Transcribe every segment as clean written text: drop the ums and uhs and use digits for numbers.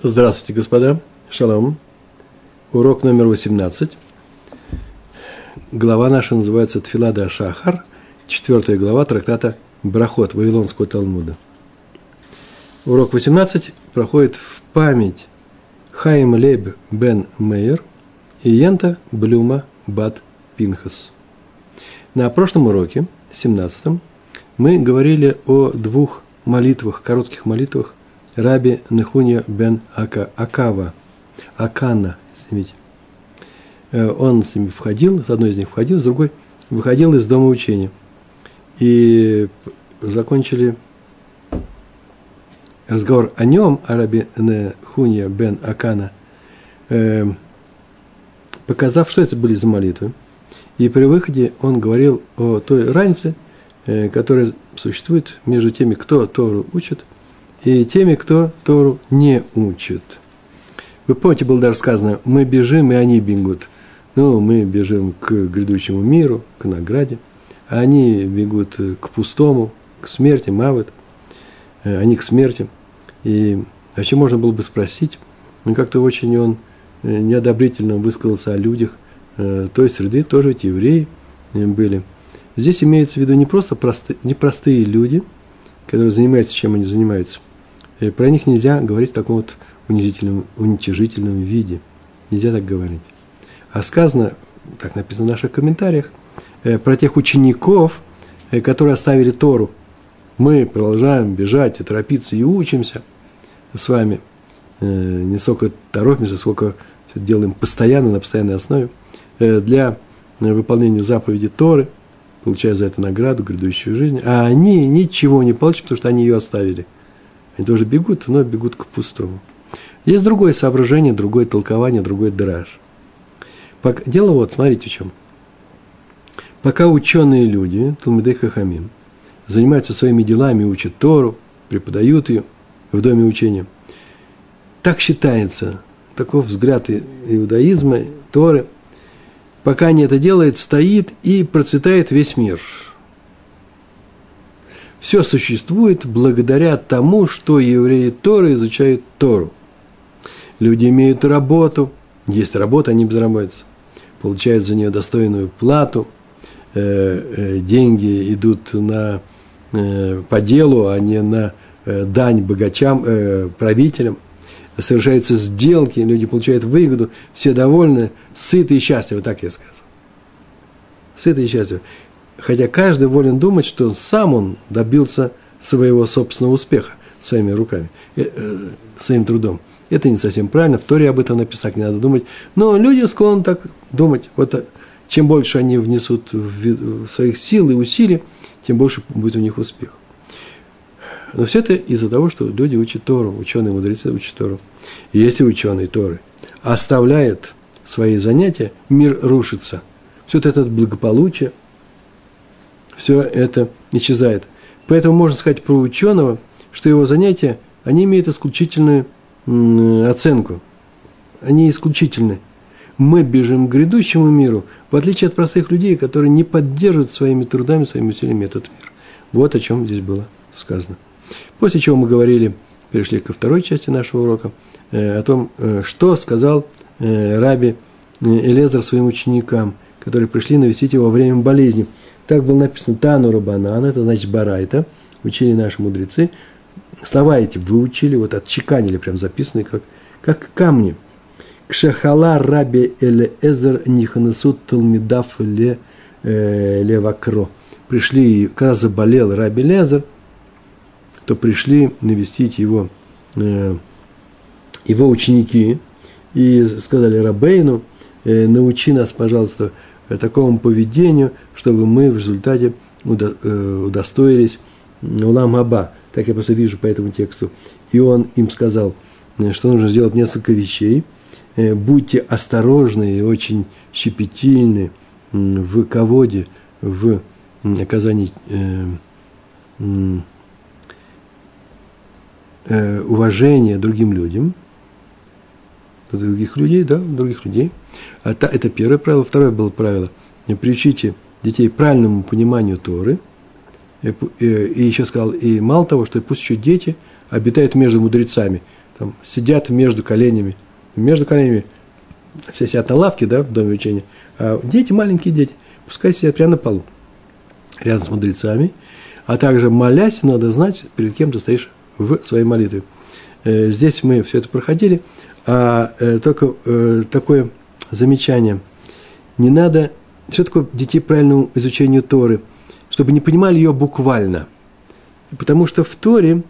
Здравствуйте, господа. Шалом. Урок номер 18. Глава наша называется Тфила да Шахар, 4 глава трактата Брахот Вавилонского Талмуда. Урок 18 проходит в память Хаим Лейб бен Мейер и Йента Блюма бат Пинхас. На прошлом уроке, 17-м, мы говорили о двух молитвах, коротких молитвах Раби Нехунья бен Акана, извините. Он с ними входил, с одной из них входил, с другой выходил из дома учения. И закончили разговор о нем, о Раби Нехунья бен Акана, показав, что это были за молитвы. И при выходе он говорил о той разнице, которая существует между теми, кто Тору учит, и теми, кто Тору не учит. Вы помните, было даже сказано, мы бежим, и они бегут. Ну, мы бежим к грядущему миру, к награде, а они бегут к пустому, к смерти, мавет, они к смерти. И вообще можно было бы спросить, но как-то очень он неодобрительно высказался о людях той среды, тоже ведь евреи были. Здесь имеется в виду не просто непростые люди, которые занимаются, чем они занимаются. Про них нельзя говорить в таком вот уничижительном виде. Нельзя так говорить. А сказано, так написано в наших комментариях, про тех учеников, которые оставили Тору. Мы продолжаем бежать и торопиться и учимся с вами. Не сколько торопимся, сколько все делаем постоянно, на постоянной основе, для выполнения заповеди Торы, получая за это награду, грядущую жизнь. А они ничего не получат, потому что они ее оставили. Они тоже бегут, но бегут к пустому. Есть другое соображение, другое толкование, другой драж. Дело вот, смотрите в чем. Пока ученые люди, Талмидей Хахамим, занимаются своими делами, учат Тору, преподают ее в доме учения, так считается, таков взгляд иудаизма, Торы, пока они это делают, стоит и процветает весь мир. Все существует благодаря тому, что евреи Торы изучают Тору. Люди имеют работу, есть работа, они безработицы, получают за нее достойную плату, деньги идут по делу, а не на дань богачам, правителям, совершаются сделки, люди получают выгоду, все довольны, сыты и счастливы, так я скажу. Сыты и счастливы. Хотя каждый волен думать, что сам он добился своего собственного успеха своими руками, своим трудом. Это не совсем правильно, в Торе об этом написано, так не надо думать. Но люди склонны так думать. Вот чем больше они внесут в своих сил и усилий, тем больше будет у них успех. Но все это из-за того, что люди учат Тору, ученые, мудрецы учат Тору. И если ученые Торы оставляют свои занятия, мир рушится. Все это благополучие, все это исчезает. Поэтому можно сказать про ученого, что его занятия, они имеют исключительную оценку. Они исключительны. Мы бежим к грядущему миру, в отличие от простых людей, которые не поддерживают своими трудами, своими усилиями этот мир. Вот о чем здесь было сказано. После чего мы перешли ко второй части нашего урока, о том, что сказал Раби Элиэзер своим ученикам, которые пришли навестить его во время болезни. Так было написано Тану Рабанан, это значит Барайта, учили наши мудрецы. Слова эти выучили, вот отчеканили, прям записанные, как камни. Кшахала Раби Элиэзер ниханесут талмидав левакро. Пришли, когда заболел Раби Элиэзер, то пришли навестить его ученики и сказали Рабейну, научи нас, пожалуйста, такому поведению, чтобы мы в результате удостоились улам хаба. Так я просто вижу по этому тексту. И он им сказал, что нужно сделать несколько вещей. Будьте осторожны и очень щепетильны в ководе, в оказании уважения другим людям, других людей. Это первое правило. Второе было правило. Приучите детей к правильному пониманию Торы. И еще сказал, и мало того, что пусть еще дети обитают между мудрецами. там сидят между коленями, все сидят на лавке, да, в доме учения, а дети, маленькие дети, пускай сидят прямо на полу, рядом с мудрецами, а также молясь, надо знать, перед кем ты стоишь в своей молитве. Здесь мы все это проходили, только такое замечание. Не надо, что такое детей правильному изучению Торы, чтобы не понимали ее буквально. Потому что в Торе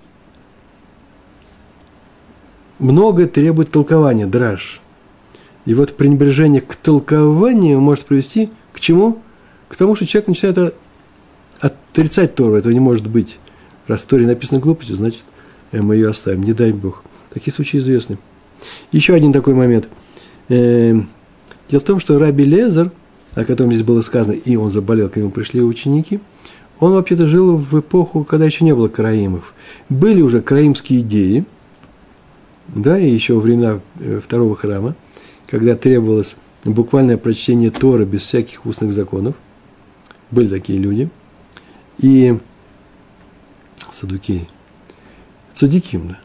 многое требует толкования, драж. И вот пренебрежение к толкованию может привести к чему? К тому, что человек начинает отрицать Тору. Этого не может быть. Раз в Торе написано глупостью, значит, мы ее оставим. Не дай Бог. Такие случаи известны. Еще один такой момент. Дело в том, что Раби Лезер, о котором здесь было сказано, и он заболел, к нему пришли ученики, он вообще-то жил в эпоху, когда еще не было караимов. Были уже караимские идеи, да, и еще во времена второго храма, когда требовалось буквальное прочтение Торы без всяких устных законов. Были такие люди. И саддукеи. Цадиким,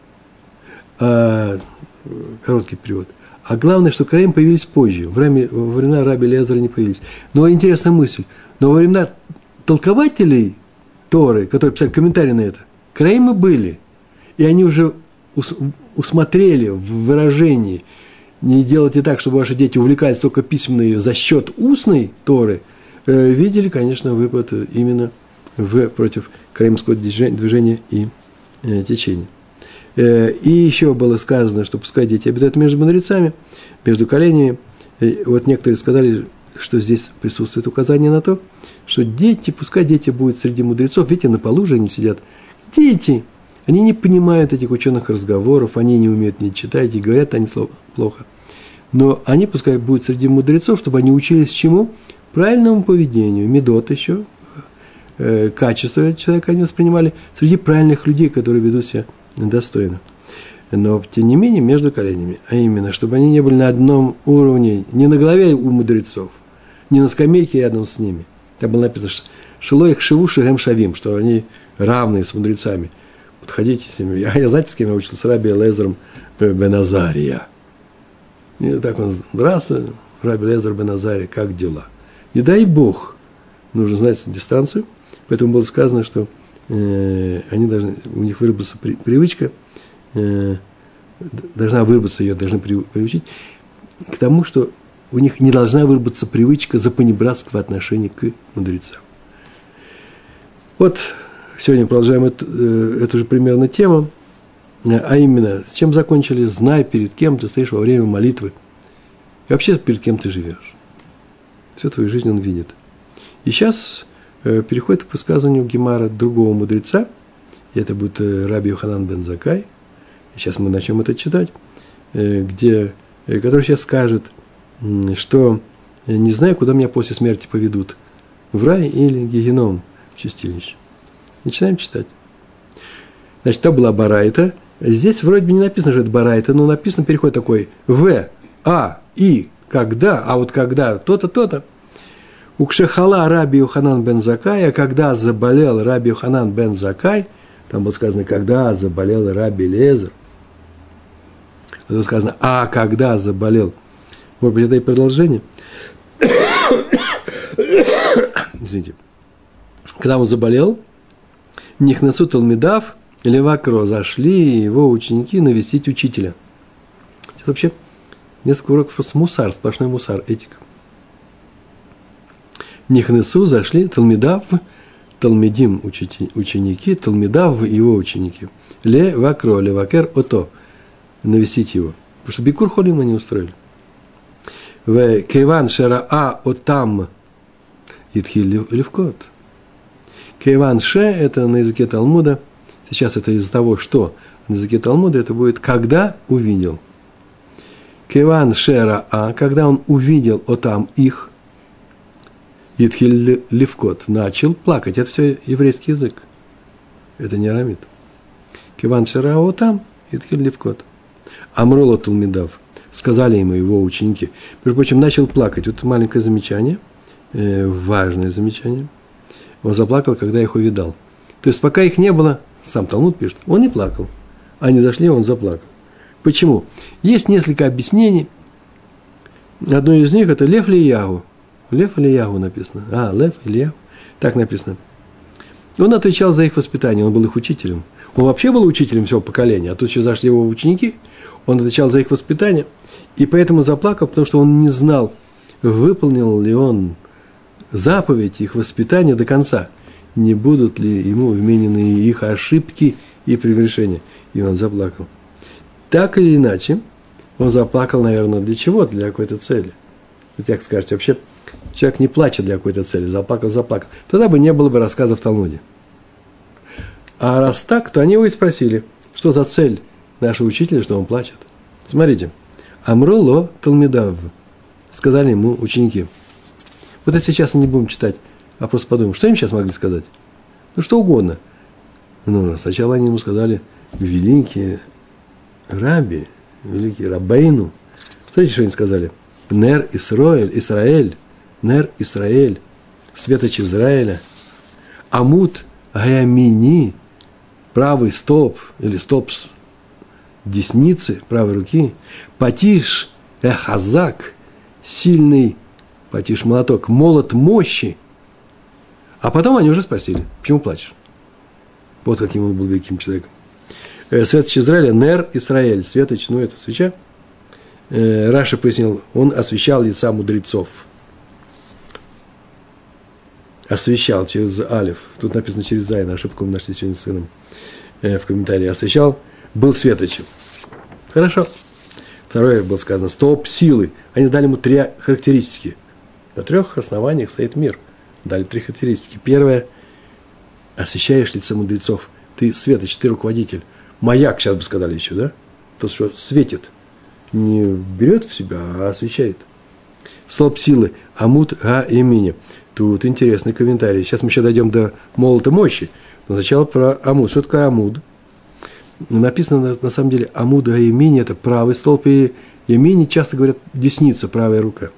да. Короткий перевод. А главное, что караим появились позже. Во времена Раби Лезера не появились. Но интересная мысль. Но во времена толкователей Торы, которые писали комментарии на это, караимы были. И они уже усмотрели в выражении: не делайте так, чтобы ваши дети увлекались только письменной за счет устной Торы, видели, конечно, выпад именно против караимского движения и течения. И еще было сказано, что пускай дети обитают между мудрецами, между коленями. И вот некоторые сказали, что здесь присутствует указание на то, что дети, пускай дети будут среди мудрецов, видите, на полу же они сидят. Дети, они не понимают этих ученых разговоров, они не умеют ни читать, и говорят они плохо. Но они пускай будут среди мудрецов, чтобы они учились чему? Правильному поведению, медот еще, качество человека они воспринимали среди правильных людей, которые ведут себя достойно. Но, тем не менее, между коленями. А именно, чтобы они не были на одном уровне, не на голове у мудрецов, не на скамейке рядом с ними. Там было написано, «Шило их шиву шигем шавим», что они равные с мудрецами. Подходите с ними. Я знаете, с кем я учился? С Раби Элезером бен Азария. И так он: «Здравствуй, Раби Элезер бен Азария, как дела?» Не дай Бог, нужно знать дистанцию. Поэтому было сказано, что они должны, у них выработаться привычка, должна выработаться, ее должны приучить к тому, что у них не должна выработаться привычка запанибратского отношения к мудрецам. Вот сегодня продолжаем эту же примерно тему, а именно, с чем закончили: знай, перед кем ты стоишь во время молитвы, и вообще перед кем ты живешь. Всю твою жизнь он видит. И сейчас переходит к высказыванию Гемара другого мудреца, и это будет Раби Йоханан бен Заккай. И сейчас мы начнем это читать, который сейчас скажет, что не знаю, куда меня после смерти поведут, в рай или геном, в чистилище. Начинаем читать. Значит, то была барайта. Здесь вроде бы не написано, что это барайта, но написано переход такой: в, а, и, когда, а вот когда, то-то, то-то. Укшехала Раби Йоханан бен Заккай, а когда заболел Раби Йоханан бен Заккай, там было сказано, когда заболел Раби Лезер. Тут сказано, а когда заболел. Может быть, это и продолжение. Извините. Когда он заболел, Нихнасу Талмидав или Вакро, зашли его ученики навестить учителя. Сейчас вообще несколько уроков просто мусар, сплошной мусар, этика. Нихнесу зашли Талмидав, Талмидим ученики, Талмидав его ученики. Ле Вакро, Ле Вакер Ото, навестить его. Потому что Бикур Холим они устроили. В Кейван Шераа Отам Итхиль Левкот. Кейван Ше, это на языке Талмуда. Сейчас это из-за того, что на языке Талмуда это будет «когда увидел». Кейван Шераа, когда он увидел Отам их, Итхиль Левкот, начал плакать. Это все еврейский язык. Это не арамит. Кейван Шераа Отам Итхиль Левкот. Амроло Талмидав. Сказали ему его ученики. Между прочим, начал плакать. Вот маленькое замечание, важное замечание. Он заплакал, когда их увидал. То есть, пока их не было, сам Талмуд пишет, он не плакал. Они зашли, он заплакал. Почему? Есть несколько объяснений. Одно из них – это Лев Ильяху. Лев Ильяху написано. Лев Ильяху. Так написано. Он отвечал за их воспитание, он был их учителем. Он вообще был учителем всего поколения, а тут еще зашли его ученики. Он отвечал за их воспитание. И поэтому заплакал, потому что он не знал, выполнил ли он заповедь их воспитания до конца. Не будут ли ему вменены их ошибки и прегрешения. И он заплакал. Так или иначе, он заплакал, наверное, для чего? Для какой-то цели. Вот как скажете, вообще человек не плачет для какой-то цели, заплакал. Тогда бы не было бы рассказа в Талмуде. А раз так, то они его и спросили, что за цель нашего учителя, что он плачет. Смотрите. Амруло Талмидав. Сказали ему ученики. Вот если сейчас не будем читать, а просто подумаем, что им сейчас могли сказать? Ну, что угодно. Сначала они ему сказали, великие раби, великий рабейну. Смотрите, что они сказали. Нер Исраэль, Нер Исраэль, светоч Израиля, Амут Гаямини, правый столб, или столб десницы, правой руки, Патиш Хазак, сильный, Патиш молоток, молот мощи. А потом они уже спросили, почему плачешь? Вот каким он был великим человеком. Светоч Израиля, Нер Исраэль, светоч, это свеча. Раши пояснил, он освещал лица мудрецов. Освещал через алиф. Тут написано через зайн, ошибку мы нашли сегодня с сыном в комментарии. Освещал, был светочем. Хорошо. Второе было сказано, столб силы. Они дали ему 3 характеристики. На 3 основаниях стоит мир. Дали 3 характеристики. Первое, освещаешь лица мудрецов. Ты светоч, ты руководитель. Маяк, сейчас бы сказали еще, да? Тот, что светит. Не берет в себя, а освещает. Столб силы. Амут га имени. Тут интересный комментарий. Сейчас мы еще дойдем до молота мощи. Но сначала про амуд. Что такое амуд? Написано, на самом деле, амуд га имени – это правый столб. И имени часто говорят десница, правая рука.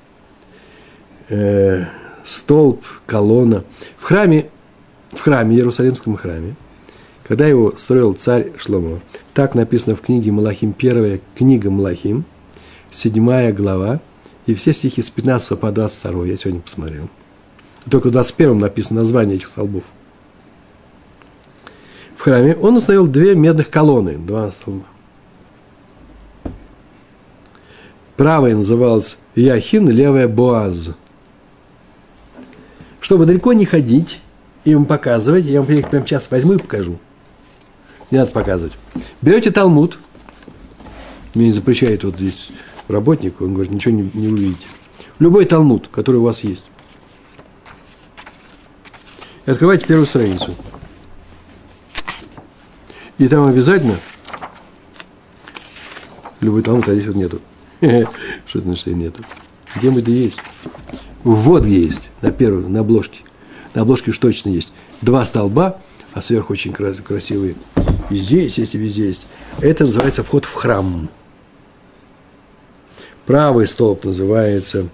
Столб, колонна. В храме, Иерусалимском храме, когда его строил царь Шломо, так написано в книге Малахим, 1 книга Малахим, 7 глава, и все стихи с 15 по 22, я сегодня посмотрел. Только в 21 написано название этих столбов. В храме он установил 2 медных колонны, 2 столба. Правая называлась Яхин, левая Боаз. Чтобы далеко не ходить и вам показывать, я вам их прямо сейчас возьму и покажу. Не надо показывать. Берете Талмуд, мне не запрещает вот здесь работник, он говорит, ничего не увидите. Любой Талмуд, который у вас есть. И открывайте первую страницу. И там обязательно любой Талмуд, а здесь вот нету. Что это значит, что нету? Где-нибудь есть. Вот где есть, на первой, на обложке. На обложке уж точно есть. 2 столба, а сверху очень красивые. И здесь есть, и везде есть. Это называется вход в храм. Правый столб называется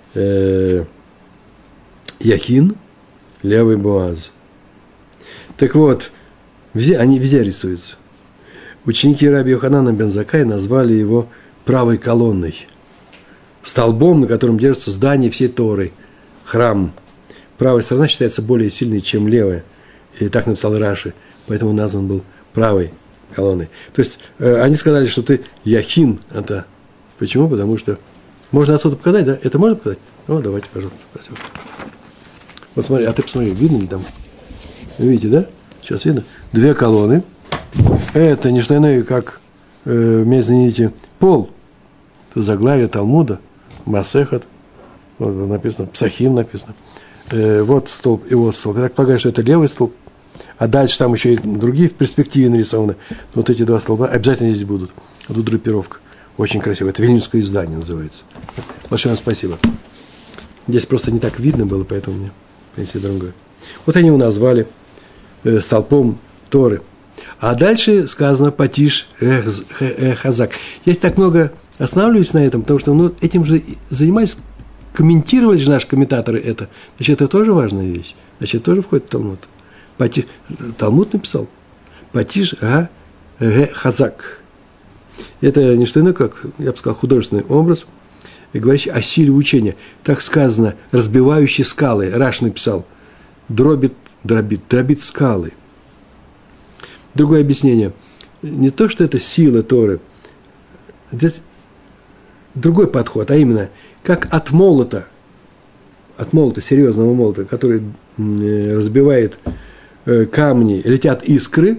Яхин, левый Боаз. Так вот, они везде рисуются. Ученики раби Йоханана бен Заккая назвали его правой колонной. Столбом, на котором держится здание всей Торы, храм. Правая сторона считается более сильной, чем левая. И так написал Раши. Поэтому назван был правой колонной. То есть, они сказали, что ты Яхин. Это почему? Потому что... Можно отсюда показать, да? Это можно показать? Давайте, пожалуйста. Спасибо. Вот смотри, а ты посмотри, видно ли там? Видите, да? Сейчас видно. 2 колонны. Это не что иное, как, меня извините, пол. Тут заглавие Талмуда. Масехат. Вот написано. Псахим написано. Вот столб и вот столб. Я так полагаю, что это левый столб. А дальше там еще и другие в перспективе нарисованы. Вот эти 2 столба обязательно здесь будут. А тут группировка. Очень красиво. Это Вильнюсское издание называется. Большое вам спасибо. Здесь просто не так видно было, поэтому мне принесли другое. Вот они его назвали столпом Торы. А дальше сказано Патиш Хазак. Я так много останавливаюсь на этом, потому что этим же занимались, комментировали же наши комментаторы это. Значит, это тоже важная вещь. Значит, тоже входит в Талмуд. Талмуд написал. Патиш Хазак. Это не что иное, как, я бы сказал, художественный образ, говорящий о силе учения. Так сказано, разбивающий скалы. Раш написал, дробит скалы. Другое объяснение. Не то, что это сила Торы. Здесь другой подход, а именно, как от молота, серьезного молота, который разбивает камни, летят искры,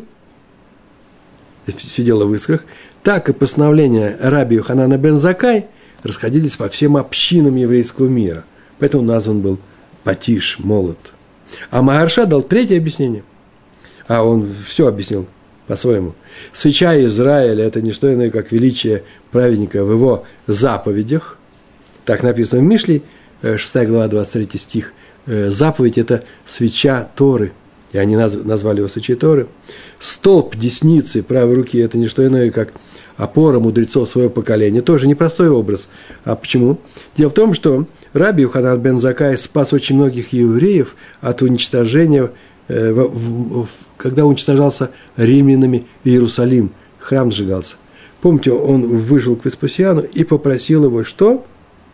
все дело в искрах, так и постановления Раби Йоханана бен Заккай расходились по всем общинам еврейского мира. Поэтому назван был Патиш, молот. А Махарша дал третье объяснение. А он все объяснил по-своему. Свеча Израиля – это не что иное, как величие праведника в его заповедях. Так написано в Мишле, 6 глава, 23 стих. Заповедь – это свеча Торы. И они назвали его свечей Торы. Столб десницы правой руки – это не что иное, как опора мудрецов своего поколения. Тоже непростой образ. А почему? Дело в том, что Раби Йоханан бен Заккай спас очень многих евреев от уничтожения, когда уничтожался римлянами Иерусалим. Храм сжигался. Помните, он вышел к Веспасиану и попросил его, что?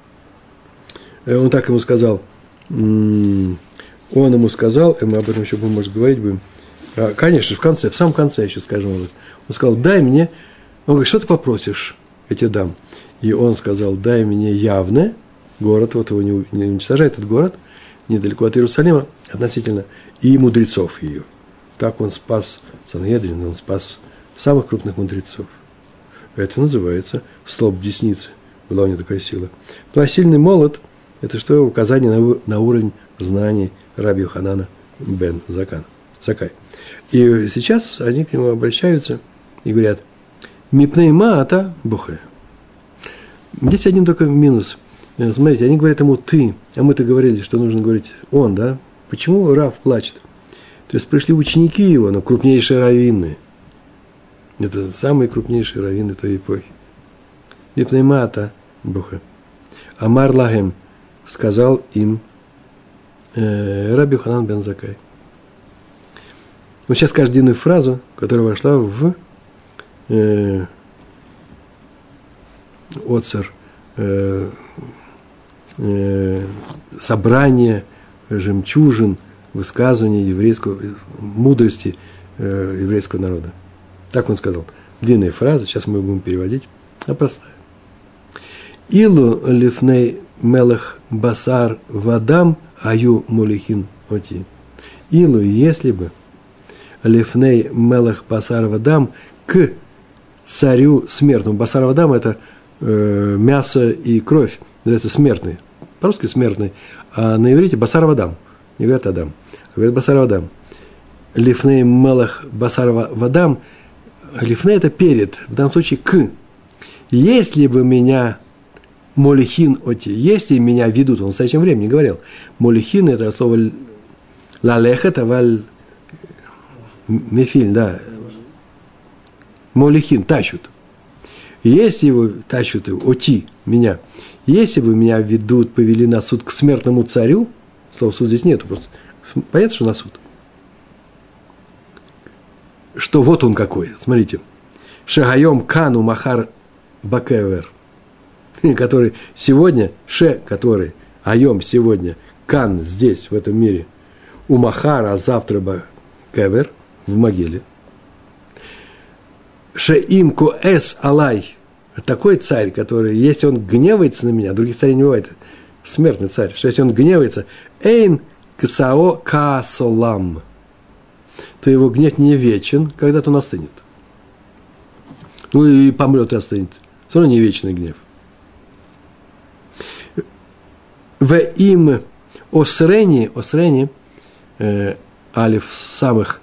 Он так ему сказал. Он ему сказал, и мы об этом еще будем, может, говорить будем. Конечно, в самом конце еще скажем. Он сказал, дай мне. Он говорит, что ты попросишь? Я тебе дам. И он сказал, дай мне Явне, город, вот его не уничтожает этот город, недалеко от Иерусалима относительно, и мудрецов ее. Так он спас Сангедрин, он спас самых крупных мудрецов. Это называется столб десницы. Была у него такая сила. Ну, а сильный молот – это что? Указание на уровень знаний Раби Йоханана бен Заккай. И сейчас они к нему обращаются и говорят, «Мипней маата бухе». Здесь один только минус. Смотрите, они говорят ему «ты», а мы-то говорили, что нужно говорить «он», да? Почему Рав плачет? То есть пришли ученики его, но крупнейшие раввины. Это самые крупнейшие раввины той эпохи. «Мипней маата бухе». Амар лагем, сказал им Раби Йоханан бен Заккай. Он сейчас скажет длинную фразу, которая вошла в оцер, собрание жемчужин, высказывания еврейского, мудрости еврейского народа. Так он сказал. Длинная фраза, сейчас мы будем переводить, а простая. Илу лифней мелах басар вадам аю мулихин оти. Илу, если бы лифней мелах басар вадам к царю смертному. Басар вадам – это мясо и кровь, называется смертный. По-русски смертный, а на иврите басар вадам. Не говорят адам, а говорят басар вадам. Лифней мелах басар вадам. Лифней – это перед, в данном случае к. Если бы меня молихин оти, если меня ведут, он в настоящем времени говорил, молихин – это слово лалехет, аваль мефиль, да, молихин, тащут. Если его тащут, оти, меня, если бы меня ведут, повели на суд к смертному царю, слова суд здесь нету, просто понятно, что на суд. Что вот он какой, смотрите. Шагайом кану махар бакевер, который сегодня, который айом сегодня, кан здесь, в этом мире, у махара, а завтра бакевер, в могиле. Шеим коэс алай, такой царь, который, если он гневается на меня, других царей не бывает, смертный царь, что если он гневается, эйн ксао каасолам, то его гнев не вечен, когда-то он остынет. Ну и помрет и остынет. Все равно не вечный гнев. В им осрени, алиф самых,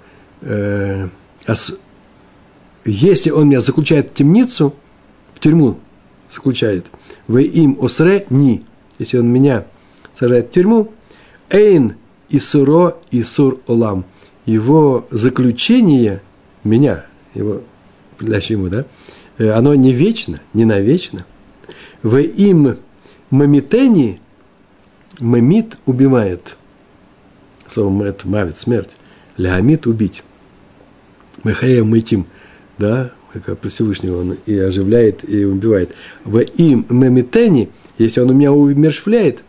если он меня заключает в темницу, в тюрьму заключает, в им осре ни, если он меня сажает в тюрьму, эйн исуро исур олам, его заключение, меня, его, принадлежащее ему, да, оно не вечно, не навечно. В им мамитени, мамит убивает, слово мамит, смерть, лямит убить, мехаем мытим, да, как Всевышнего он и оживляет, и убивает. В им мемитени, если он меня умерщвляет,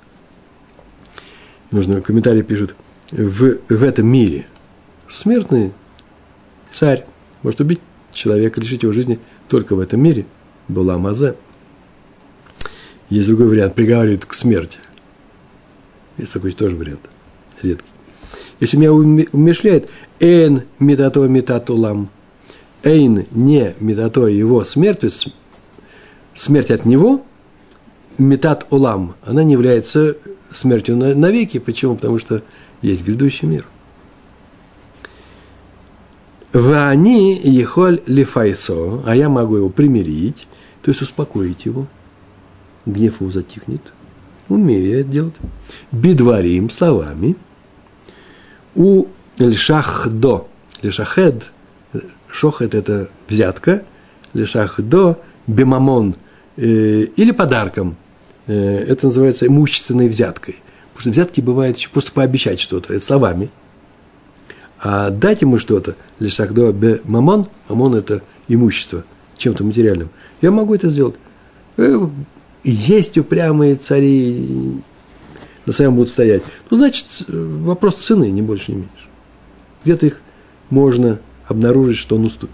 нужно, комментарий пишут, в этом мире смертный царь может убить человека, лишить его жизни только в этом мире. Была маза. Есть другой вариант, приговаривают к смерти. Есть такой тоже вариант, редкий. Если меня умерщвляет, эн метато метатулам, эйн не метато его смерть, то есть смерть от него, метат улам, она не является смертью навеки. Почему? Потому что есть грядущий мир. Вани ехоль лифайсо, а я могу его примирить, то есть успокоить его, гнев его затихнет, умею я это делать, бидварим, словами, у льшахдо, лешахед, шохет – это взятка, лешахдо, бемамон, или подарком, это называется имущественной взяткой, потому что взятки бывает еще просто пообещать что-то, это словами, а дать ему что-то, лешахдо, бемамон, мамон – это имущество, чем-то материальным, я могу это сделать. Есть упрямые цари, на своем будут стоять. Ну, значит, вопрос цены, не больше, не меньше. Где-то их можно обнаружить, что он уступит.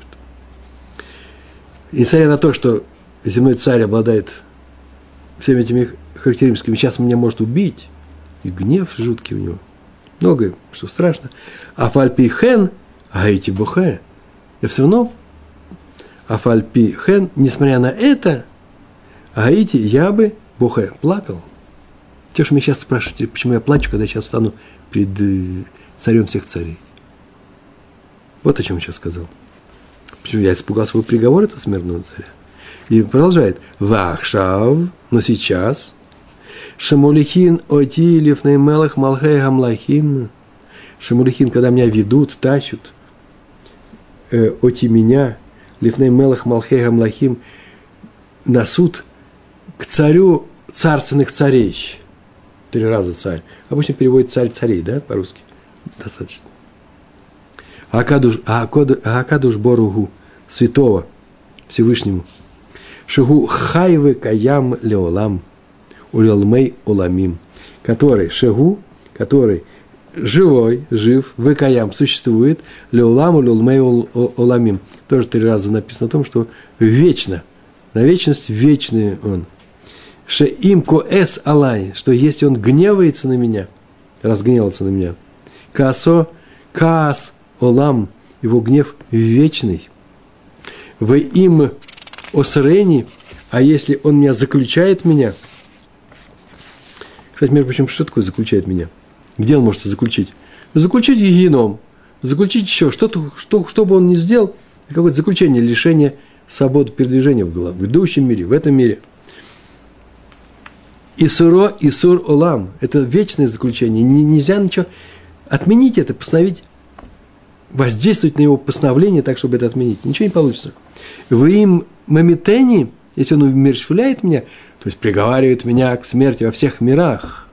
И несмотря на то, что земной царь обладает всеми этими характеристиками, сейчас меня может убить, и гнев жуткий у него, многое, что страшно. А фальпи хен, а эти бухе, и все равно, а фальпи хен, несмотря на это, Аити, я бы, Бухе, плакал. Те, что меня сейчас спрашиваете, почему я плачу, когда я сейчас встану перед царем всех царей. Вот о чем я сейчас сказал. Почему я испугался его приговора, этого смертного царя. И продолжает. Вахшав, но сейчас. Шамулихин оти лифней мелах малхей гамлахим. Шамулихин, когда меня ведут, тащут. Оти меня, лифней мелах малхей гамлахим, на суд к царю царственных царей. 3 раза царь. Обычно переводит царь царей, да, по-русски? Достаточно. Акадуш Боругу, святого, Всевышнему. Шигу хайвы каям леолам, улялмей уламим. Который, шигу, который живой, жив, выкаям, существует, леолам, улялмей уламим. Тоже 3 раза написано о том, что вечно, на вечность вечный он. Шеим коэс алай, что если он гневается на меня, разгневался на меня, каасо, каас олам, его гнев вечный. В им осрени, а если он меня заключает меня, кстати, между прочим, что такое заключает меня? Где он может заключить? Заключить геном, заключить еще что-то, что бы он ни сделал, какое-то заключение, лишение свободы передвижения в грядущем мире, в этом мире. Исуро, Исур Олам – это вечное заключение. Нельзя ничего отменить это, постановить, воздействовать на его постановление так, чтобы это отменить. Ничего не получится. Вы им мамитени, если он умерщвляет меня, то есть приговаривает меня к смерти во всех мирах.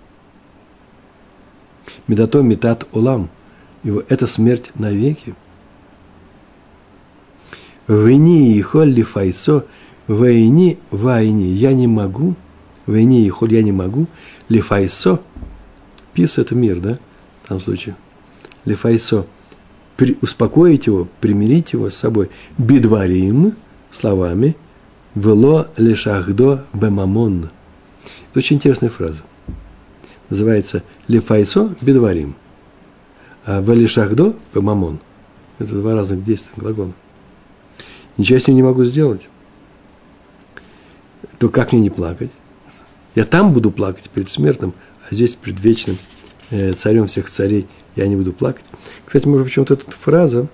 Медато метат Олам. Это смерть навеки. Войни и холли файсо, войни войни. Я не могу. Войне и холь я не могу, лифайсо, пис – это мир, да, в том случае, лифайсо, успокоить его, примирить его с собой, бидварим, словами, вело лишахдо бемамон. Это очень интересная фраза. Называется лифайсо бидварим, а велишахдо бемамон. Это 2 разных действия глагола. Ничего с ним не могу сделать. То как мне не плакать? Я там буду плакать перед смертным, а здесь перед вечным царем всех царей я не буду плакать. Кстати, может, почему-то эта фраза,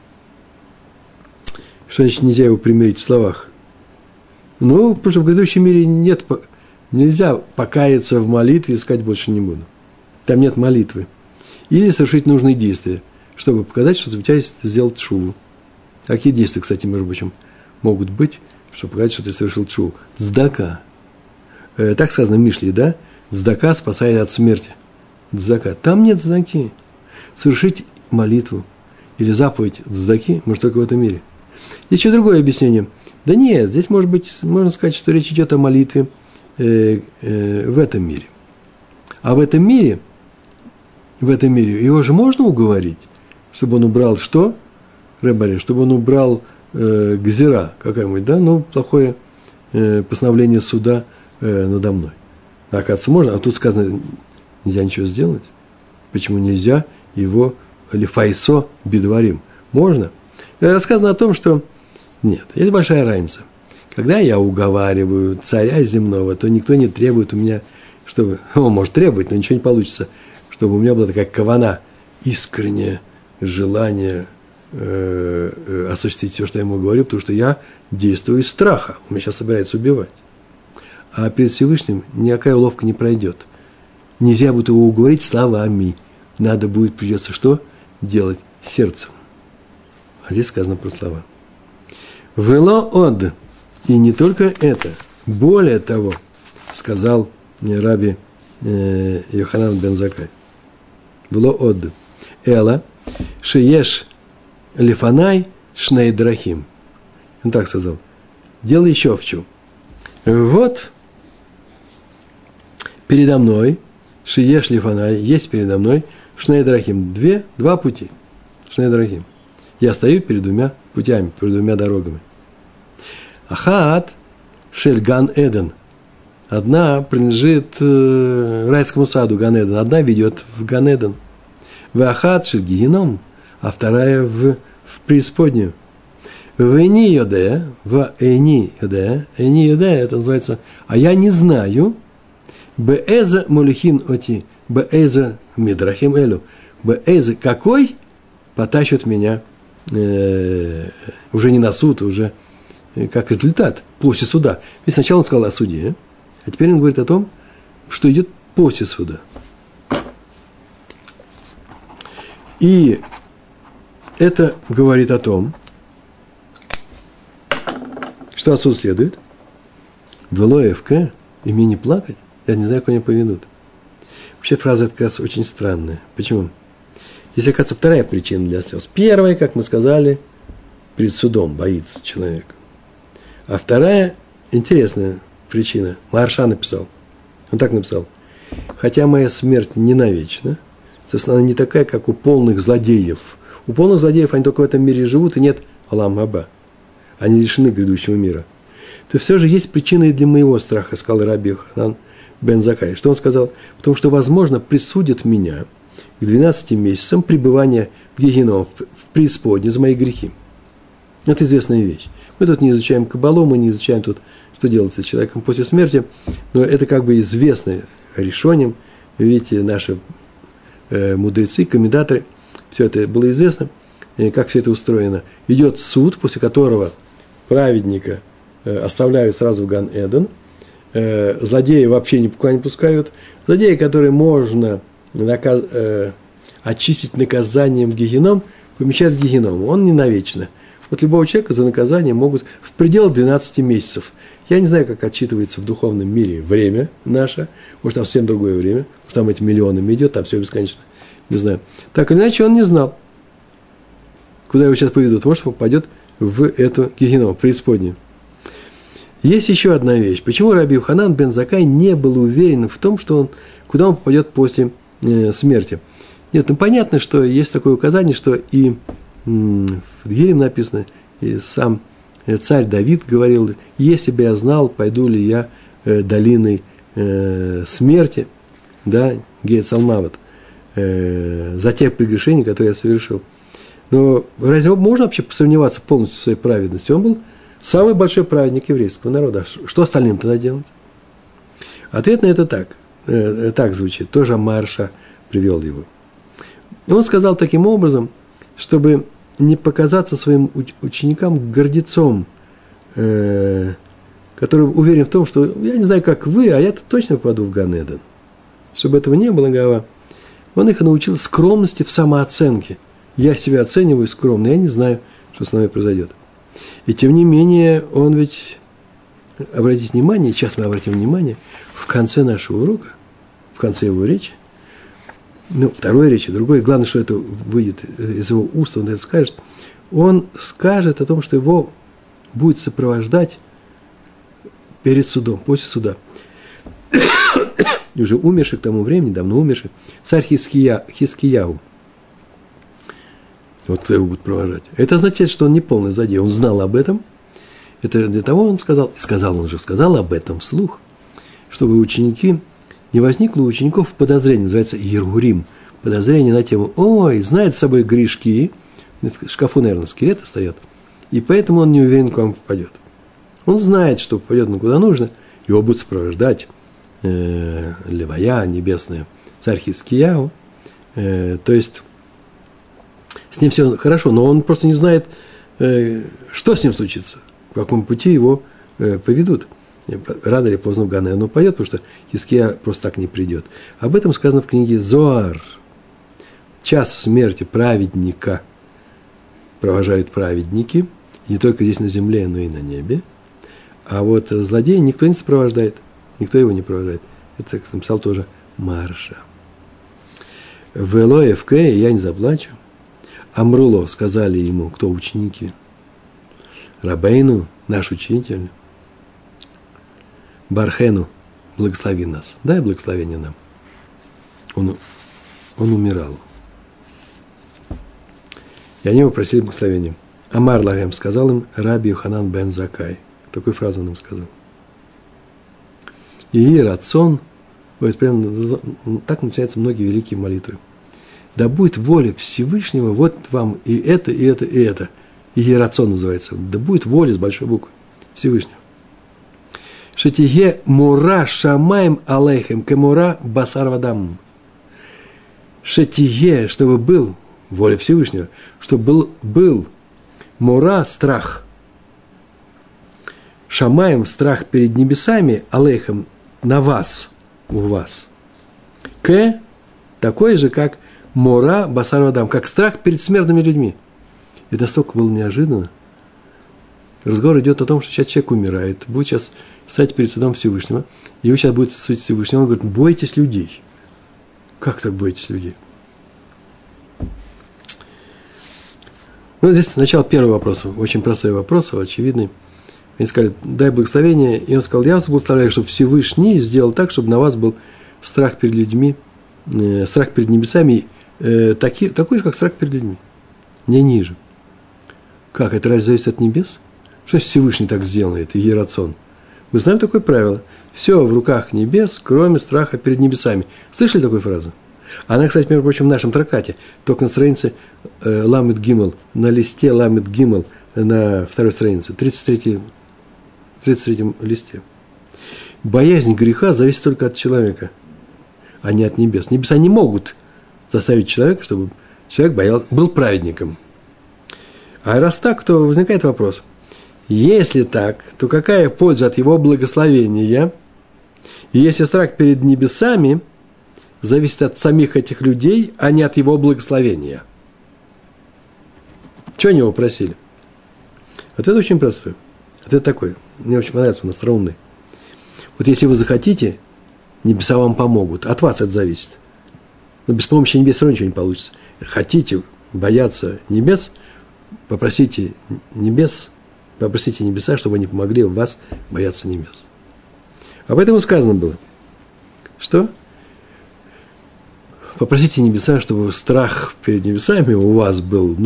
что значит нельзя его примирить в словах? Ну, потому что в грядущем мире нельзя покаяться в молитве и сказать больше не буду. Там нет молитвы. Или совершить нужные действия, чтобы показать, что у тебя есть сделать тшуву. Какие действия, кстати, между прочим, могут быть, чтобы показать, что ты совершил тшуву? Цдака. Так сказано в Мишле, да? Цдака спасает от смерти. Цдака. Там нет цдаки. Совершить молитву или заповедь цдаки может только в этом мире. Еще другое объяснение. Да нет, здесь, может быть, можно сказать, что речь идет о молитве в этом мире. А в этом мире его же можно уговорить, чтобы он убрал что? Ребаре, чтобы он убрал гзира какая-нибудь, да, ну, плохое постановление суда надо мной. А оказывается, можно, а тут сказано, нельзя ничего сделать. Почему нельзя его лифайсо бедварим? Можно. И рассказано о том, что нет, есть большая разница. Когда я уговариваю царя земного, то никто не требует у меня, чтобы, он может требовать, но ничего не получится, чтобы у меня была такая кавана, искреннее желание осуществить все, что я ему говорю, потому что я действую из страха. Он меня сейчас собирается убивать. А перед Всевышним никакая уловка не пройдет. Нельзя будет его уговорить словами. Надо будет, придется что? Делать сердцем. А здесь сказано про слова. «Вело од». И не только это. Более того, сказал раби Йоханан бен Заккай. «Вело од». «Эла шееш лифанай шней драхим». Он так сказал. Дело еще в чем. Вот передо мной, шееш лифанай, есть передо мной шней драхим. Два пути. Шней драхим. Я стою перед двумя путями, перед двумя дорогами. Ахат шель Ган Эден. Одна принадлежит райскому саду Ган Эден, одна ведет в Ган Эден. Вахат шель Геном, а вторая в преисподнюю. Вэни йодэ, эйни йодэ, это называется, а я не знаю, бээза мулихин оти, бээза мидрахим элю, бээза какой потащит меня уже не на суд, уже как результат, после суда. Ведь сначала он сказал о суде, а теперь он говорит о том, что идет после суда. И это говорит о том, что отсюда следует. Велоевка, и мне не плакать, я не знаю, как меня поведут. Вообще фраза эта, как раз, очень странная. Почему? Здесь, оказывается, вторая причина для слез. Первая, как мы сказали, перед судом боится человек. А вторая, интересная причина. Маарша написал. Он так написал. Хотя моя смерть не навечно, собственно, она не такая, как у полных злодеев. У полных злодеев они только в этом мире живут, и нет Алам Аба. Они лишены грядущего мира. То все же есть причина и для моего страха, сказал раби Йоханан бен Заккай. Что он сказал? Потому что, возможно, присудят меня к 12 месяцам пребывания в Гегеном, в преисподней, за мои грехи. Это известная вещь. Мы тут не изучаем Кабалу, мы не изучаем тут, что делается с человеком после смерти, но это как бы известно решением. Видите, наши мудрецы, комментаторы, все это было известно, как все это устроено. Идет суд, после которого праведника оставляют сразу в Ган-Эден, злодеи вообще никуда не пускают, злодеи, которые можно очистить наказанием Гегеном, помещать в Гегеном. Он не навечно. Вот любого человека за наказание могут в пределах 12 месяцев. Я не знаю, как отчитывается в духовном мире время наше, может, там совсем другое время, потому что там эти миллионами идет, там все бесконечно, не знаю. Так или иначе, он не знал, куда его сейчас поведут. Может, попадет в эту Гегеном, в преисподнюю. Есть еще одна вещь. Почему раби Йоханан бен Заккай не был уверен в том, что куда он попадет после смерти? Нет, ну понятно, что есть такое указание, что и в Дгилем написано, и сам царь Давид говорил, если бы я знал, пойду ли я долиной смерти, да, Гейт Салмават, за тех прегрешений, которые я совершил. Но разве можно вообще посомневаться полностью в своей праведности? Он был самый большой праведник еврейского народа. Что остальным тогда делать? Ответ на это так звучит. Тоже Маарша привел его. Он сказал таким образом, чтобы не показаться своим ученикам гордецом, который уверен в том, что я не знаю, как вы, а я-то точно попаду в Ган-Эден. Чтобы этого не было, Гава, он их научил скромности в самооценке. Я себя оцениваю скромно, я не знаю, что с нами произойдет. И тем не менее, он ведь, обратите внимание, сейчас мы обратим внимание, в конце нашего урока, в конце его речи, второй речи, другой, главное, что это выйдет из его уст, он это скажет, он скажет о том, что его будет сопровождать перед судом, после суда. Уже умерший к тому времени, давно умерший, царь Хискияу. Вот кто его будет провожать. Это означает, что он не полный злодей, он знал об этом. Это для того он сказал, сказал об этом вслух, чтобы ученики, не возникло у учеников подозрения, называется Иргурим, подозрение на тему, ой, знает с собой грешки, в шкафу, наверное, скелеты стоят, и поэтому он не уверен, куда он попадет. Он знает, что попадет на куда нужно, его будут сопровождать Левая, небесная, царь Хискияу, то есть с ним все хорошо, но он просто не знает, что с ним случится, по какому пути его поведут. Рано или поздно в Ган Эден упадет, потому что Хиския просто так не придет. Об этом сказано в книге Зоар. Час смерти праведника провожают праведники, и не только здесь на земле, но и на небе. А вот злодея никто не сопровождает, никто его не провожает. Это, как написал тоже Марша. В Элое в Кэ я не заплачу. Амруло сказали ему, кто ученики? Рабейну, наш учитель. Бархену, благослови нас. Дай благословение нам. Он умирал. И они его просили благословения. Амар Лагем сказал им Раби Йоханан бен Закай. Такую фразу он им сказал. И рацион, вот прям так начинаются многие великие молитвы. Да будет воля Всевышнего, вот вам и это, и это, и это. И рацион называется. Да будет воля с большой буквы Всевышнего. Шетиге мура шамаем алейхем кемура басар вадам. Шетиге, чтобы был воля Всевышнего, чтобы был мура страх. Шамаем страх перед небесами, алейхем на вас, у вас. К такой же, как мура басар вадам, как страх перед смертными людьми. Это настолько было неожиданно. Разговор идет о том, что сейчас человек умирает, будет сейчас встать перед судом Всевышнего, и вы сейчас будете судить Всевышнего. Он говорит, бойтесь людей. Как так бойтесь людей? Ну, здесь сначала первый вопрос, очень простой вопрос, очевидный. Они сказали, дай благословение, и он сказал, я вас благословляю, чтобы Всевышний сделал так, чтобы на вас был страх перед людьми, страх перед небесами, такой же, как страх перед людьми, не ниже. Как, это разве зависит от небес? Что Всевышний так сделал, это иерацион? Мы знаем такое правило. Все в руках небес, кроме страха перед небесами. Слышали такую фразу? Она, кстати, между прочим, в нашем трактате, только на странице Ламед Гимел, на листе Ламед Гимел, на второй странице, 33 листе. Боязнь греха зависит только от человека, а не от небес. Небеса не могут заставить человека, чтобы человек был праведником. А раз так, то возникает вопрос. Если так, то какая польза от его благословения, если страх перед небесами зависит от самих этих людей, а не от его благословения? Чего они его просили? Ответ очень простой. Ответ такой. Мне очень понравился, он остроумный. Вот если вы захотите, небеса вам помогут. От вас это зависит. Но без помощи небес все равно ничего не получится. Хотите бояться небес, попросите небеса, чтобы они помогли вас бояться небес. Об этом сказано было. Что? Попросите небеса, чтобы страх перед небесами у вас был,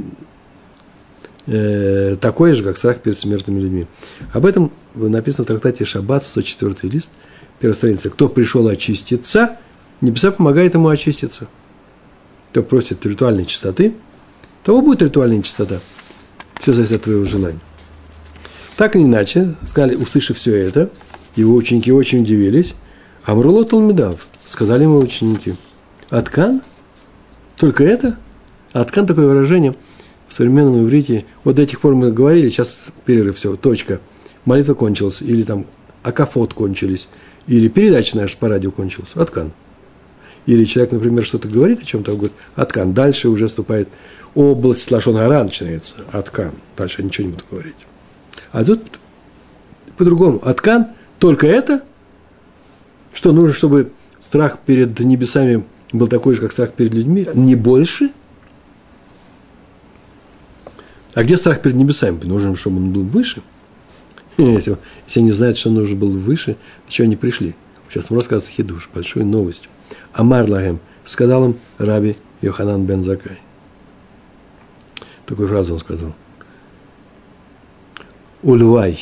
такой же, как страх перед смертными людьми. Об этом написано в трактате Шаббат, 104 лист, первая страница. Кто пришел очиститься, небеса помогают ему очиститься. Кто просит ритуальной чистоты, того будет ритуальная чистота. Все зависит от твоего желания. Так или иначе, сказали, услышав все это, его ученики очень удивились. Амруло Талмидав, сказали ему ученики, Аткан? Только это? Аткан такое выражение в современном иврите. Вот до тех пор мы говорили, сейчас перерыв, все, точка. Молитва кончилась, или там акафот кончились, или передача наша по радио кончилась. Аткан. Или человек, например, что-то говорит о чем-то, говорит, Аткан. Дальше уже вступает область лашон гара начинается. Аткан. Дальше я ничего не буду говорить. А тут по-другому. Аткан только это, что нужно, чтобы страх перед небесами был такой же, как страх перед людьми, не больше. А где страх перед небесами? Нужно, чтобы он был выше. Если они знают, что он нужен был выше, зачем они пришли? Сейчас вам рассказывает хидуш, большую новость. Амар лагем, сказал им раби Йоханан бен Заккай. Такую фразу он сказал. Ульвай.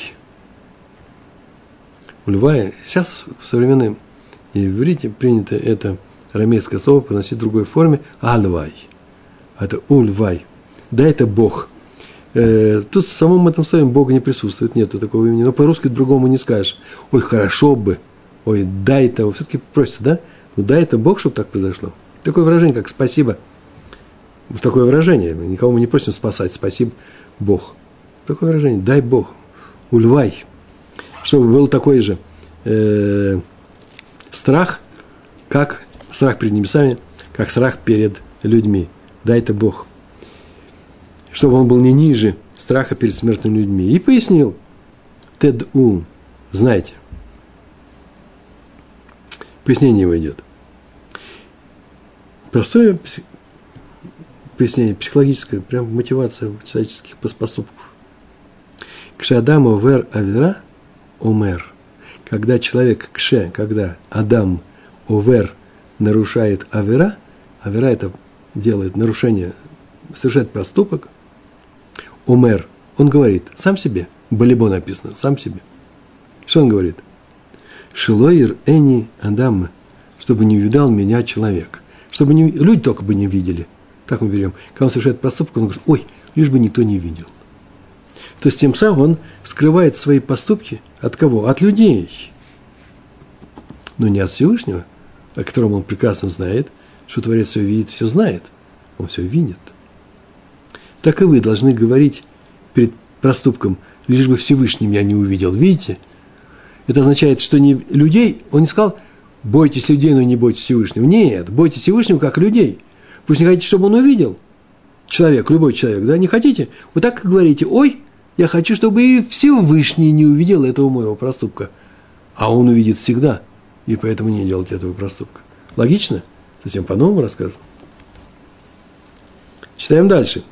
Ульвай. Сейчас в современном иврите принято это арамейское слово приносить в другой форме. Альвай. Это ульвай. Да, это Бог. Тут в самом этом слове Бога не присутствует, нету такого имени. Но по-русски другому не скажешь. Ой, хорошо бы. Ой, дай того. Все-таки просится, да? Ну, дай это Бог, чтобы так произошло. Такое выражение, как спасибо. Такое выражение. Никого мы не просим спасать. Спасибо, Бог. Такое выражение. Дай Бог. Ульвай. Чтобы был такой же страх, как страх перед небесами, как страх перед людьми. Дай это Бог. Чтобы он был не ниже страха перед смертными людьми. И пояснил. Тед-у. Знаете. Пояснение его идет. Простое пояснение, психологическое, прям мотивация человеческих поступков. Кшеадаму вер авера омер. Когда человек кше, когда Адам овер нарушает авера, авера это делает нарушение, совершает проступок, омер, он говорит сам себе, балибо написано, сам себе. Что он говорит? Шилоир эни Адам, чтобы не увидал меня человек. Чтобы не, люди только бы не видели. Так мы берем. Когда он совершает проступок, он говорит, ой, лишь бы никто не видел. То есть, тем самым он скрывает свои поступки от кого? От людей. Но не от Всевышнего, о котором он прекрасно знает, что Творец все видит, все знает. Он все видит. Так и вы должны говорить перед проступком, лишь бы Всевышний меня не увидел. Видите? Это означает, что не людей, он не сказал, бойтесь людей, но не бойтесь Всевышнего. Нет, бойтесь Всевышнего, как людей. Вы же не хотите, чтобы он увидел? Человек, любой человек, да, не хотите? Вы так говорите, ой, я хочу, чтобы и Всевышний не увидел этого моего проступка. А он увидит всегда, и поэтому не делайте этого проступка. Логично? Совсем по-новому рассказано. Читаем дальше.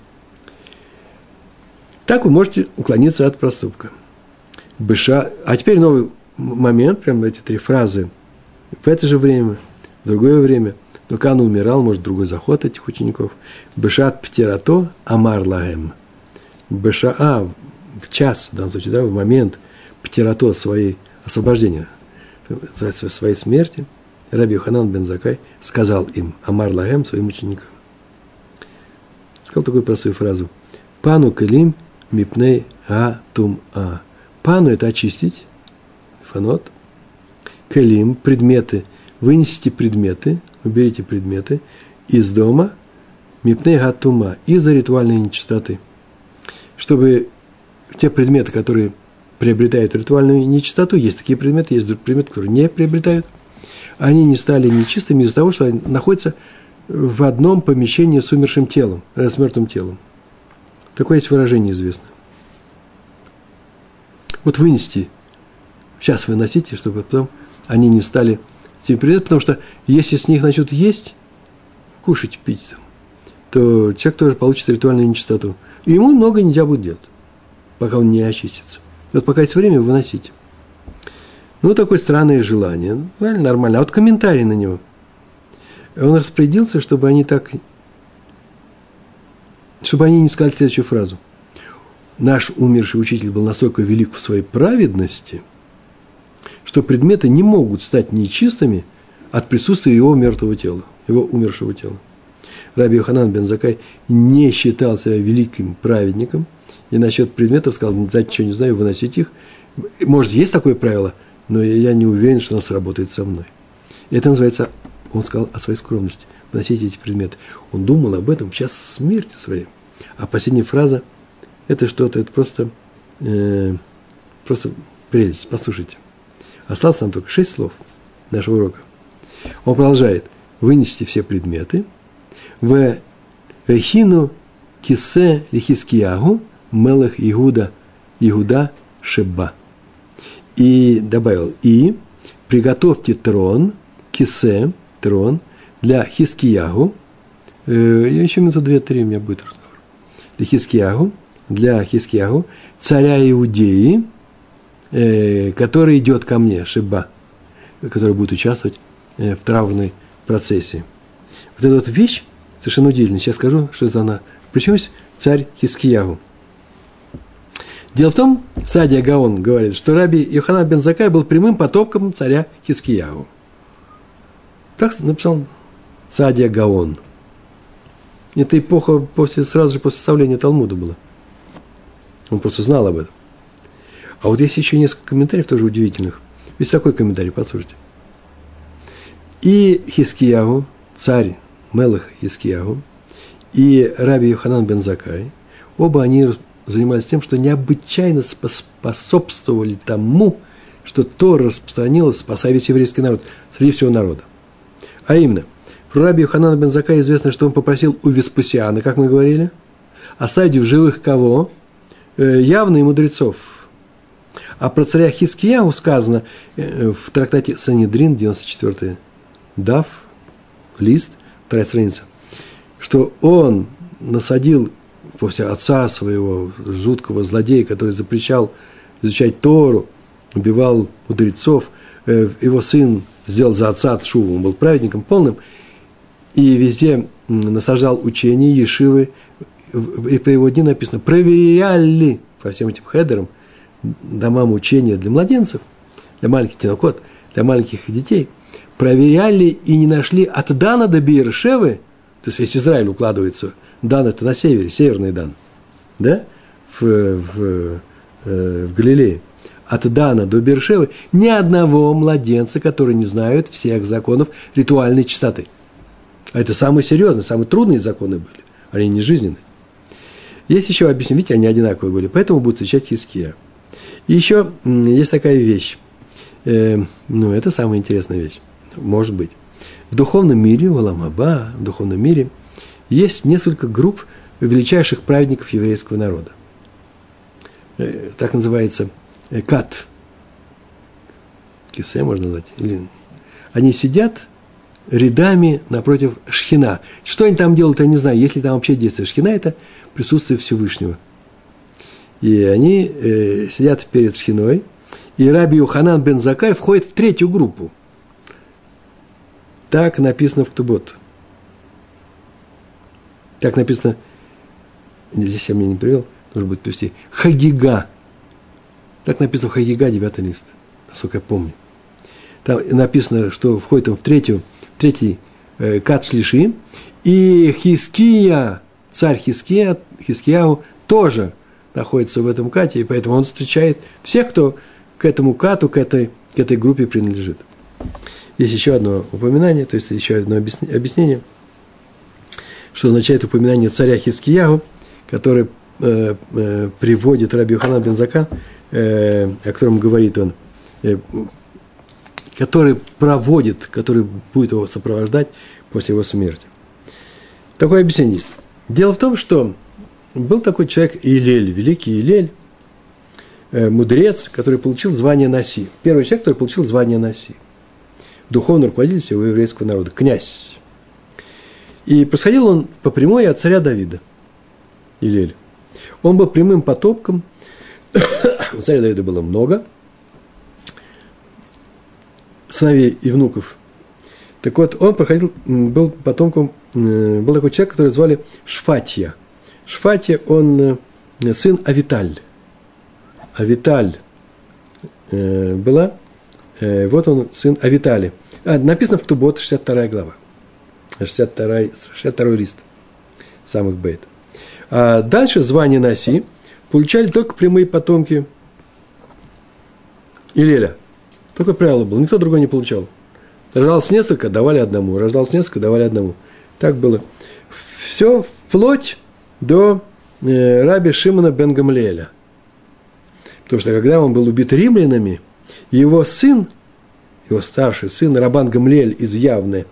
Так вы можете уклониться от проступка. А теперь новый момент, прямо эти три фразы. В это же время, в другое время, но Кану умирал, может, другой заход этих учеников. Бешат птирато амар лагем. В час, в данном случае, да, в момент птирато своей освобождения, своей смерти, раби Йоханан бен Заккай сказал им, амар лагем, своим ученикам. Сказал такую простую фразу. Пану келим мипней а-тум-а. Пану – это очистить, фанот. Келим – предметы. Вынесите предметы, уберите предметы из дома, мипней га-тума, из-за ритуальной нечистоты. Чтобы те предметы, которые приобретают ритуальную нечистоту, есть такие предметы, есть предметы, которые не приобретают, они не стали нечистыми из-за того, что они находятся в одном помещении с умершим телом, с мертвым телом. Такое есть выражение известно. Вот вынести, сейчас выносите, чтобы потом они не стали теми предметами, потому что если с них начнут есть, кушать, пить, то человек тоже получит ритуальную нечистоту. И ему много нельзя будет делать, пока он не очистится. Вот пока есть время, выносите. Ну, такое странное желание. Ну, нормально. А вот комментарий на него. Он распорядился, чтобы они не сказали следующую фразу. Наш умерший учитель был настолько велик в своей праведности, что предметы не могут стать нечистыми от присутствия его мертвого тела, его умершего тела. Раби Йоханан бен Заккай не считал себя великим праведником, и насчет предметов сказал, знаете, ничего не знаю, выносить их. Может, есть такое правило, но я не уверен, что оно сработает со мной. Это называется, он сказал о своей скромности, выносить эти предметы. Он думал об этом в час смерти своей. А последняя фраза – это что-то, это просто прелесть. Послушайте. Осталось нам только 6 слов нашего урока. Он продолжает. Вынести все предметы. В эхину кисе лихискиягу мелех Игуда Шеба. И добавил, и приготовьте трон, кисе, трон, для Хискиягу. Еще минуты 2-3 у меня будет разговор. Для Хискиягу, для Хискиягу, царя Иудеи, который идет ко мне, Шиба, который будет участвовать в траурной процессии. Вот эта вот вещь совершенно удивительная. Сейчас скажу, что это она. Причем есть царь Хискиягу. Дело в том, Садия Гаон говорит, что раби Йоханан бен Заккай был прямым потомком царя Хискиягу. Так написал Садия Гаон. Это эпоха сразу же после составления Талмуда была. Он просто знал об этом. А вот есть еще несколько комментариев тоже удивительных. Есть такой комментарий, послушайте. И Хискиягу, царь Мелах Хискиягу, и раби Йоханан бен Заккай, оба они занимались тем, что необычайно способствовали тому, что Тора распространилась, спасая весь еврейский народ, среди всего народа. А именно, про раби Йоханана бен Заккая известно, что он попросил у Веспасиана, как мы говорили, оставить в живых кого? Явно и мудрецов. А про царя Хискиягу сказано в трактате Санедрин, 94-й дав, лист, вторая страница, что он насадил после отца своего, жуткого злодея, который запрещал изучать Тору, убивал мудрецов, его сын сделал за отца тшуву, он был праведником полным, и везде насаждал учения, ешивы, и по его дни написано, проверяли по всем этим хедерам домам учения для младенцев, для маленьких тинокот, для маленьких детей, проверяли и не нашли от Дана до Беер-Шевы, то есть весь Израиль укладывается, Дан – это на севере, северный Дан, да, в Галилее, от Дана до Беер-Шевы ни одного младенца, который не знает всех законов ритуальной чистоты. А это самые серьезные, самые трудные законы были, они не жизненные. Есть еще объяснение, видите, они одинаковые были, поэтому будут встречать Хиския. И еще есть такая вещь, это самая интересная вещь, может быть. В духовном мире, в Олам Аба, в духовном мире есть несколько групп величайших праведников еврейского народа. Так называется кат. Кисе можно назвать. Они сидят рядами напротив Шхина. Что они там делают, я не знаю. Если там вообще действует Шхина, это присутствие Всевышнего. И они сидят перед Шхиной, и раби Йоханан бен Заккай входит в третью группу. Так написано в Ктубот. Так написано, здесь я мне не привел, нужно будет привести, Хагига. Так написано в Хагига, 9-й лист, насколько я помню. Там написано, что входит он в третий кат шлиши, и Хиския, царь Хискияу, тоже находится в этом кате, и поэтому он встречает всех, кто к этому кату, к этой группе принадлежит. Есть еще одно упоминание, то есть еще одно объяснение, что означает упоминание царя Хискиягу, который приводит раби Йоханан бен Заккай, о котором говорит он, который будет его сопровождать после его смерти. Такое объяснение есть. Дело в том, что был такой человек Илель, великий Илель, мудрец, который получил звание Наси. Первый человек, который получил звание Наси. Духовный руководитель всего еврейского народа, князь. И происходил он по прямой от царя Давида, Илель. Он был прямым потомком, у царя Давида было много сыновей и внуков. Так вот, он был потомком, был такой человек, который звали Шфатья. Шфатья, он сын Авиталь. Авиталь была, вот он сын Авитали. Написано в Ктубот, 62 глава. 62 лист самых бейт. А дальше звание Наси получали только прямые потомки Илеля. Только правило было, никто другой не получал. Рождалось несколько, давали одному. Рождалось несколько, давали одному. Так было. Все вплоть до раби Шимона бен Гамлиэля. Потому что когда он был убит римлянами, его сын, его старший сын, Рабан Гамлиэль из Явны,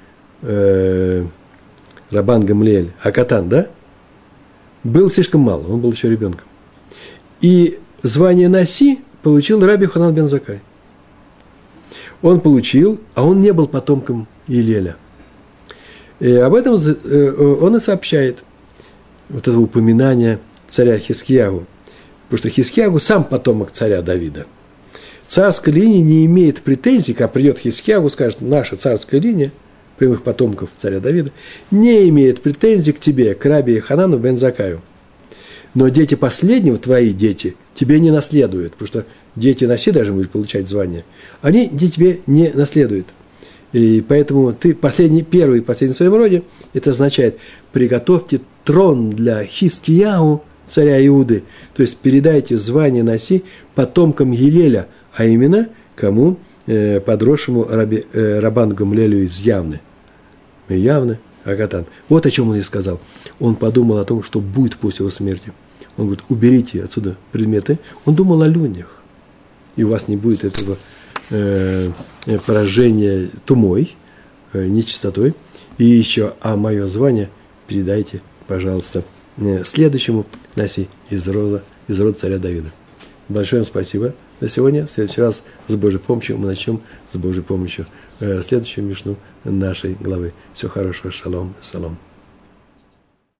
Рабан Гамлиэль, Акатан, да? Был слишком мало, он был еще ребенком. И звание Наси получил раби Йоханан бен Заккай. Он получил, а он не был потомком Илеля. И об этом он и сообщает. Вот это упоминание царя Хискиягу, потому что Хискиягу сам потомок царя Давида. Царская линия не имеет претензий, когда придет Хискиягу, скажет, наша царская линия, прямых потомков царя Давида, не имеет претензий к тебе, к Раби Ханану бен Заккаю. Но дети последнего, твои дети, тебе не наследуют, потому что дети Наси должны будут получать звание. Они тебе не наследуют. И поэтому ты первый и последний в своем роде, это означает, приготовьте трон для Хискиягу, царя Иуды, то есть передайте звание Наси потомкам Гилеля, а именно кому? Подросшему Рабан Гамлиэлю из Явны. Явны, Агатан. Вот о чем он и сказал. Он подумал о том, что будет после его смерти. Он говорит, уберите отсюда предметы. Он думал о людях. И у вас не будет этого поражения тумой, нечистотой. И еще, а мое звание передайте, пожалуйста, следующему Наси из рода царя Давида. Большое вам спасибо за сегодня. В следующий раз с Божьей помощью мы начнем с Божьей помощью следующую мишну нашей главы. Всего хорошего. Шалом. Шалом.